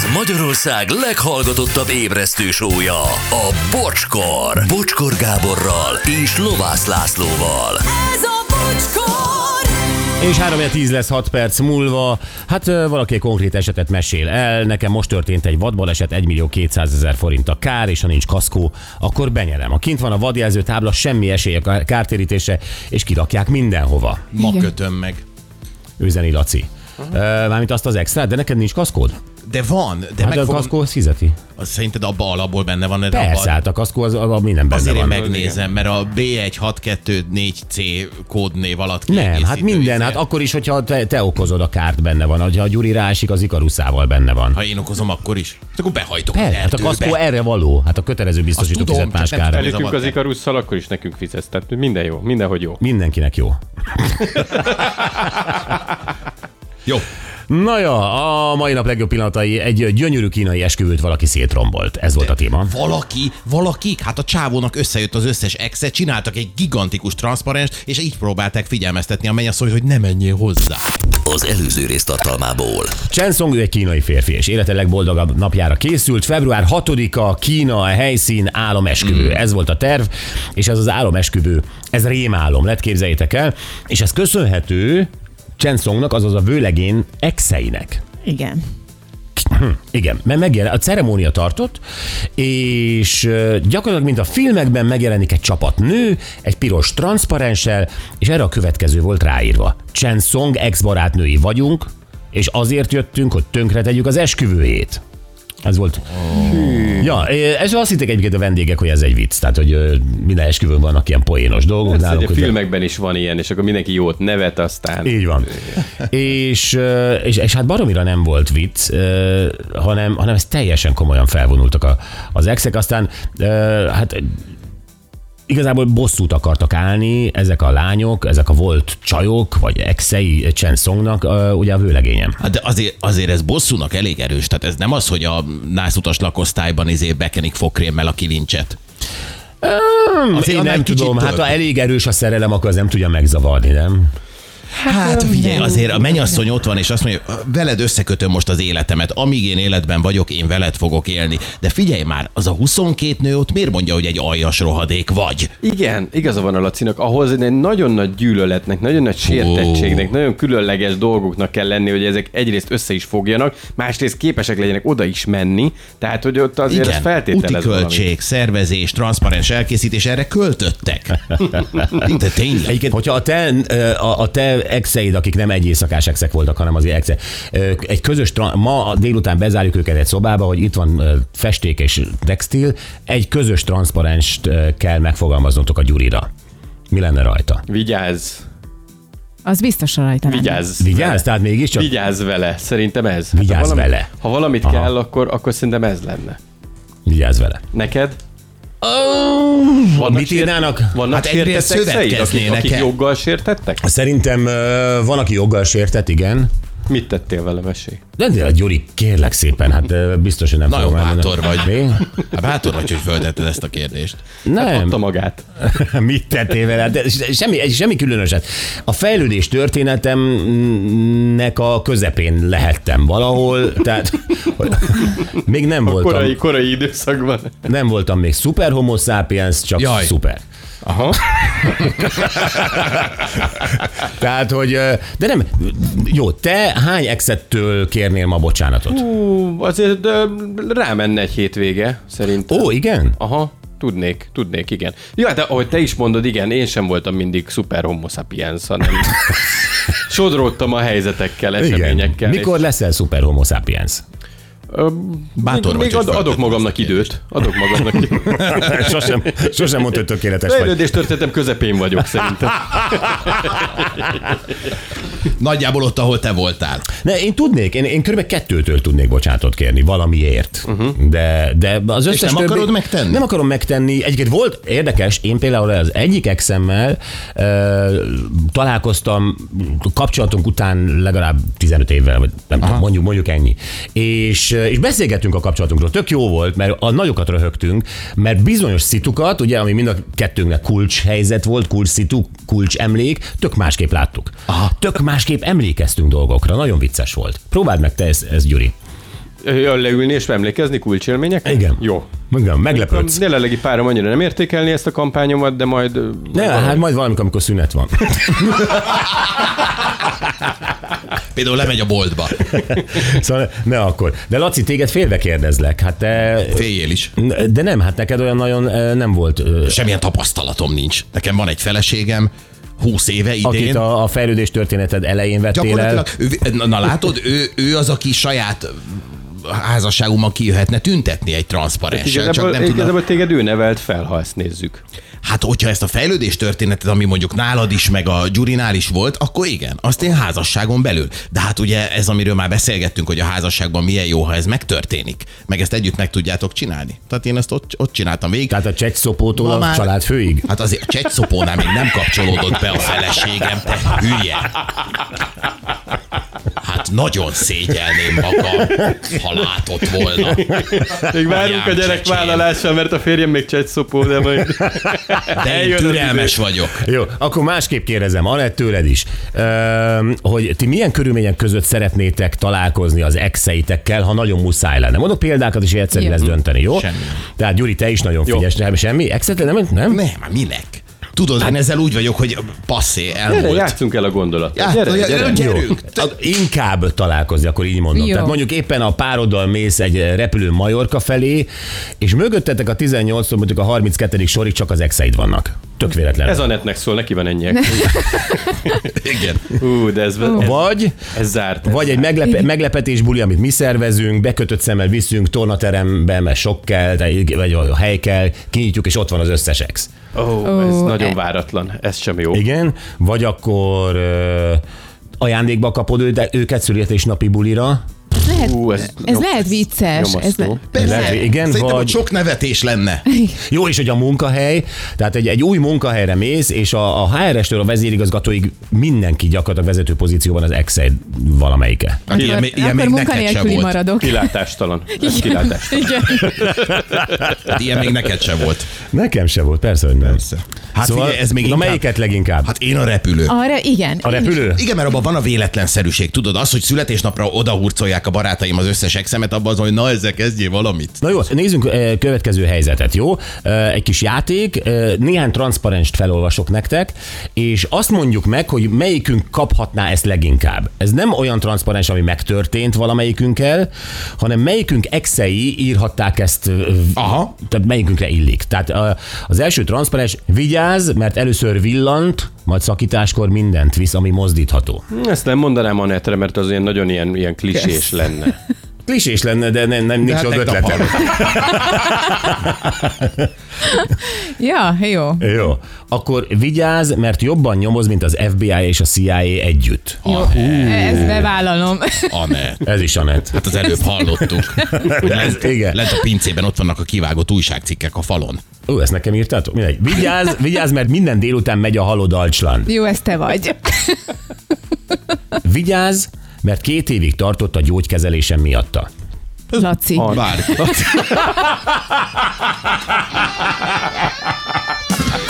Ez Magyarország leghallgatottabb ébresztő show-ja, a Bocskor. Bocskor Gáborral és Lovász Lászlóval. Ez a Bocskor! És 3-10 lesz 6 perc múlva. Hát valaki egy konkrét esetet mesél el. Nekem most történt egy vadbaleset, 1.200.000 forint a kár, és ha nincs kaszkó, akkor benyelem. Ha kint van a vadjelző tábla, semmi esély a kártérítése, és kirakják mindenhova. Ma kötöm meg. Üzeni Laci. Mármint azt az extrát, de neked nincs kaszkód? De van. De Hát a kaszkó az fizeti. Szerinted abba alapból benne van? Persze, hát a kaszkó az minden benne azért van. én megnézem, mert a B1624C kódnév alatt Nem, hát minden, hát akkor is, hogyha te okozod a kárt, benne van. Ha a Gyuri ráesik, az Ikaruszával benne van. Ha én okozom, akkor is. Akkor behajtok Persze, az hát a erdőbe. kaszkó erre való. Hát a kötelező biztosító Azt tudom, fizet más csak nem kárra. tudom. Elütünk az Ikarusszal, akkor is nekünk fizetsz. Tehát minden jó, mindenhogy jó. Mindenkinek jó. Jó. Na ja, a mai nap legjobb pillanatai, egy gyönyörű kínai esküvőt valaki szétrombolt. Ez volt a téma. Valakik, hát a csávónak összejött az összes exe, csináltak egy gigantikus transzparenst, és így próbálták figyelmeztetni a mennyasszonyt, hogy ne menjél hozzá. Az előző rész tartalmából. Chen Song, ő egy kínai férfi, és élete legboldogabb napjára készült. Február 6-a, Kína, a helyszín, álomesküvő. Ez volt a terv, és ez az álomesküvő, ez rémálom lett, képzeljétek el, és ez köszönhető Chen Songnak, azaz a vőlegény exeinek. Igen. Igen, mert a ceremónia tartott, és gyakorlatilag, mint a filmekben megjelenik egy csapat nő, egy piros transzparenssel, és erre a következő volt ráírva. Chen Song ex-barátnői vagyunk, és azért jöttünk, hogy tönkretegyük az esküvőjét. Ez volt. Ja, és azt hitték egyébként a vendégek, hogy ez egy vicc, tehát, hogy minden esküvőn vannak ilyen poénos dolgok. Ez a filmekben is van ilyen, és akkor mindenki jót nevet, aztán... Így van. és hát baromira nem volt vicc, hanem ez teljesen komolyan felvonultak az exek, aztán hát igazából bosszút akartak állni ezek a lányok, ezek a volt csajok, vagy exei Chen Songnak, ugye a vőlegényem. Hát de azért ez bosszúnak elég erős, tehát ez nem az, hogy a nászutas lakosztályban bekenik fogkrémmel a kilincset. Én nem tudom, hát ha elég erős a szerelem, akkor az nem tudja megzavarni, nem? Hát figyelj, azért a mennyasszony ott van, és azt mondja, veled összekötöm most az életemet, amíg én életben vagyok, én veled fogok élni. De figyelj már, az a 22 nő ott miért mondja, hogy egy aljas rohadék vagy? Igen, igaza van a Lacinak, ahhoz egy nagyon nagy gyűlöletnek, nagyon nagy sértettségnek, nagyon különleges dolgoknak kell lenni, hogy ezek egyrészt össze is fogjanak, másrészt képesek legyenek oda is menni, tehát hogy ott azért ez feltételez úti költség, szervezés, transzparens elkészítés, erre költöttek. De tényleg. Egyébként, hogyha a te exeid, akik nem egy éjszakás exek voltak, hanem az exe, egy közös, ma délután bezárjuk őket egy szobába, hogy itt van festék és textil, egy közös transzparenst kell megfogalmaznotok a Gyurira. Mi lenne rajta? Vigyázz! Az biztos rajta lenne. Vigyázz, tehát mégiscsak? Vigyázz vele, szerintem ez. Vigyázz vele. Ha valamit kell, akkor szerintem ez lenne. Vigyázz vele. Neked? Mit írnának? Vannak Hát egyrészt sértettek szeid, szövetkeznének akik el. joggal sértettek? Szerintem van, aki joggal sértett, igen. Mit tettél vele, mesélj? De Gyuri, kérlek szépen, hát biztos, hogy nem Nagyon fogom elmondani. bátor vagy. Mi? Hát bátor vagy, hogy föltetted ezt a kérdést. Nem. Adta magát. Mit tettél vele? De semmi különöset. A fejlődés történetemnek a közepén lehettem valahol, tehát még nem voltam. Korai időszakban. Nem voltam még szuper homo sapiens, csak Jaj. szuper. Aha. Tehát, hogy... De nem... Jó, te hány exettől kérnél ma bocsánatot? Azért rámenne egy hétvége, szerintem. Ó, igen? Aha, tudnék, igen. Ja, de ahogy te is mondod, igen, én sem voltam mindig szuper homo sapiens, hanem sodródtam a helyzetekkel, eseményekkel. Mikor leszel szuper homo sapiens? Bátor vagy, még hogy adok magamnak időt. Sosem mondta, hogy tökéletes vagy. Fejlődés történetem közepén vagyok, szerintem. Nagyjából ott, ahol te voltál. Ne, én tudnék, én kb. 2-től tudnék bocsánatot kérni valamiért. De az összes nem többi... akarod megtenni? Nem akarom megtenni. Egyébként volt érdekes, én például az egyik exemmel találkoztam kapcsolatunk után legalább 15 évvel, vagy nem tudom, mondjuk ennyi. És beszélgettünk a kapcsolatunkról. Tök jó volt, mert a nagyokat röhögtünk, mert bizonyos szitukat, ugye, ami mind a kettőnknek kulcs helyzet volt, kulcs szitu, kulcs emlék, tök másképp láttuk. Tök másképp emlékeztünk dolgokra. Nagyon vicces volt. Próbáld meg te ezt Gyuri. Leülni és emlékezni kulcsélmények? Igen. Jó. Igen, meglepődsz. A jelenlegi párom annyira nem értékelni ezt a kampányomat, de majd... Hát majd valamikor, amikor szünet van. Például lemegy a boltba. Szóval ne akkor. De Laci, téged félve kérdezlek. Hát te... Féljél is. De nem, hát neked olyan nagyon nem volt... Semmilyen tapasztalatom nincs. Nekem van egy feleségem, 20 éve idén. Akit a fejlődés történeted elején vettél el. Na látod, ő az, aki saját házasságunkban kijöhetne tüntetni egy transzparenssel. Igazából téged ő nevelt fel, ha ezt nézzük. Hát, hogyha ezt a fejlődés történetet, ami mondjuk nálad is, meg a Gyurinál is volt, akkor igen, azt én házasságon belül. De hát ugye ez, amiről már beszélgettünk, hogy a házasságban milyen jó, ha ez megtörténik. Meg ezt együtt meg tudjátok csinálni. Tehát én ezt ott csináltam végig. Tehát a csecsszopótól a családfőig? Hát azért a csecsszopónál még nem kapcsolódott be a feleségem, te hülye. Hát nagyon szégyelném magam, ha látott volna. Még várunk a gyerek vállalással, mert a férjem még csecsszopó, de majd... De én türelmes vagyok. Jó, akkor másképp kérdezem, Anett, tőled is, hogy ti milyen körülmények között szeretnétek találkozni az exeitekkel, ha nagyon muszáj lenne. Mondok példákat, és egyszerű lesz dönteni, jó? Semmi. Tehát Gyuri, te is nagyon figyelsz, semmi? Exet nem? Nem, minek? Tudod, én ezzel úgy vagyok, hogy passzé, elmúlt. Játszunk el a gondolat. Gyerünk. Inkább találkozni, akkor így mondom. Jó. Tehát mondjuk éppen a pároddal mész egy repülő Majorka felé, és mögöttetek a 18-tól mondjuk a 32. sorig csak az exeid vannak. Tök véletlen. Ez Anettnek szól, neki van ennyi. Igen. De ez ez zárt. Vagy egy meglepetés buli, amit mi szervezünk, bekötött szemmel viszünk tornaterembe, mert sok kell, vagy a hely kell, kinyitjuk, és ott van az összes ex. Ez nagyon váratlan. Ez sem jó. Igen, vagy akkor ajándékba kapod őket születésnapi bulira. Ez lehet vicces. Igen, szerintem, hogy sok nevetés lenne. Jó, és hogy a munkahely, tehát egy új munkahelyre mész, és a HR-estől a vezérigazgatóig mindenki gyakorlatilag vezető pozícióban az ex-eid valamelyike. Ilyen még neked se volt. Maradok. Kilátástalan. Ez kilátástalan. Hát ilyen még neked se volt. Nekem se volt, persze, hogy nem. Persze. Hát Szóval, figyelj, ez még inkább... melyiket leginkább? Hát én a repülő. Igen. A repülő? Igen, mert abban van a véletlenszerűség. Tudod, az, hogy születésnapra odahurcolják a barátaim az összes exemet, abban az, hogy na, ezzel kezdjél valamit. Na jó, nézzünk következő helyzetet, jó? Egy kis játék, néhány transzparenst felolvasok nektek, és azt mondjuk meg, hogy melyikünk kaphatná ezt leginkább. Ez nem olyan transzparens, ami megtörtént valamelyikünkkel, hanem melyikünk exei írhatták ezt, tehát melyikünkre illik. Tehát az első transzparens, vigyázz, mert először villant, majd szakításkor mindent visz, ami mozdítható. Ezt nem mondanám Anettre, mert az nagyon ilyen klisés lenne. Klisés lenne, de nincs hát ott ötletem. Ja, jó. Jó. Akkor vigyázz, mert jobban nyomoz, mint az FBI és a CIA együtt. Jó, ezt bevállalom. Anett. Ez is Anett. Hát az előbb hallottuk. Igen. Lent a pincében ott vannak a kivágott újságcikkek a falon. Ezt nekem írtátok? Mindegy. Vigyázz, mert minden délután megy a haló dalcslan. Jó, ez te vagy. Vigyázz, mert 2 évig tartott a gyógykezelésem miatta. Laci. Várj.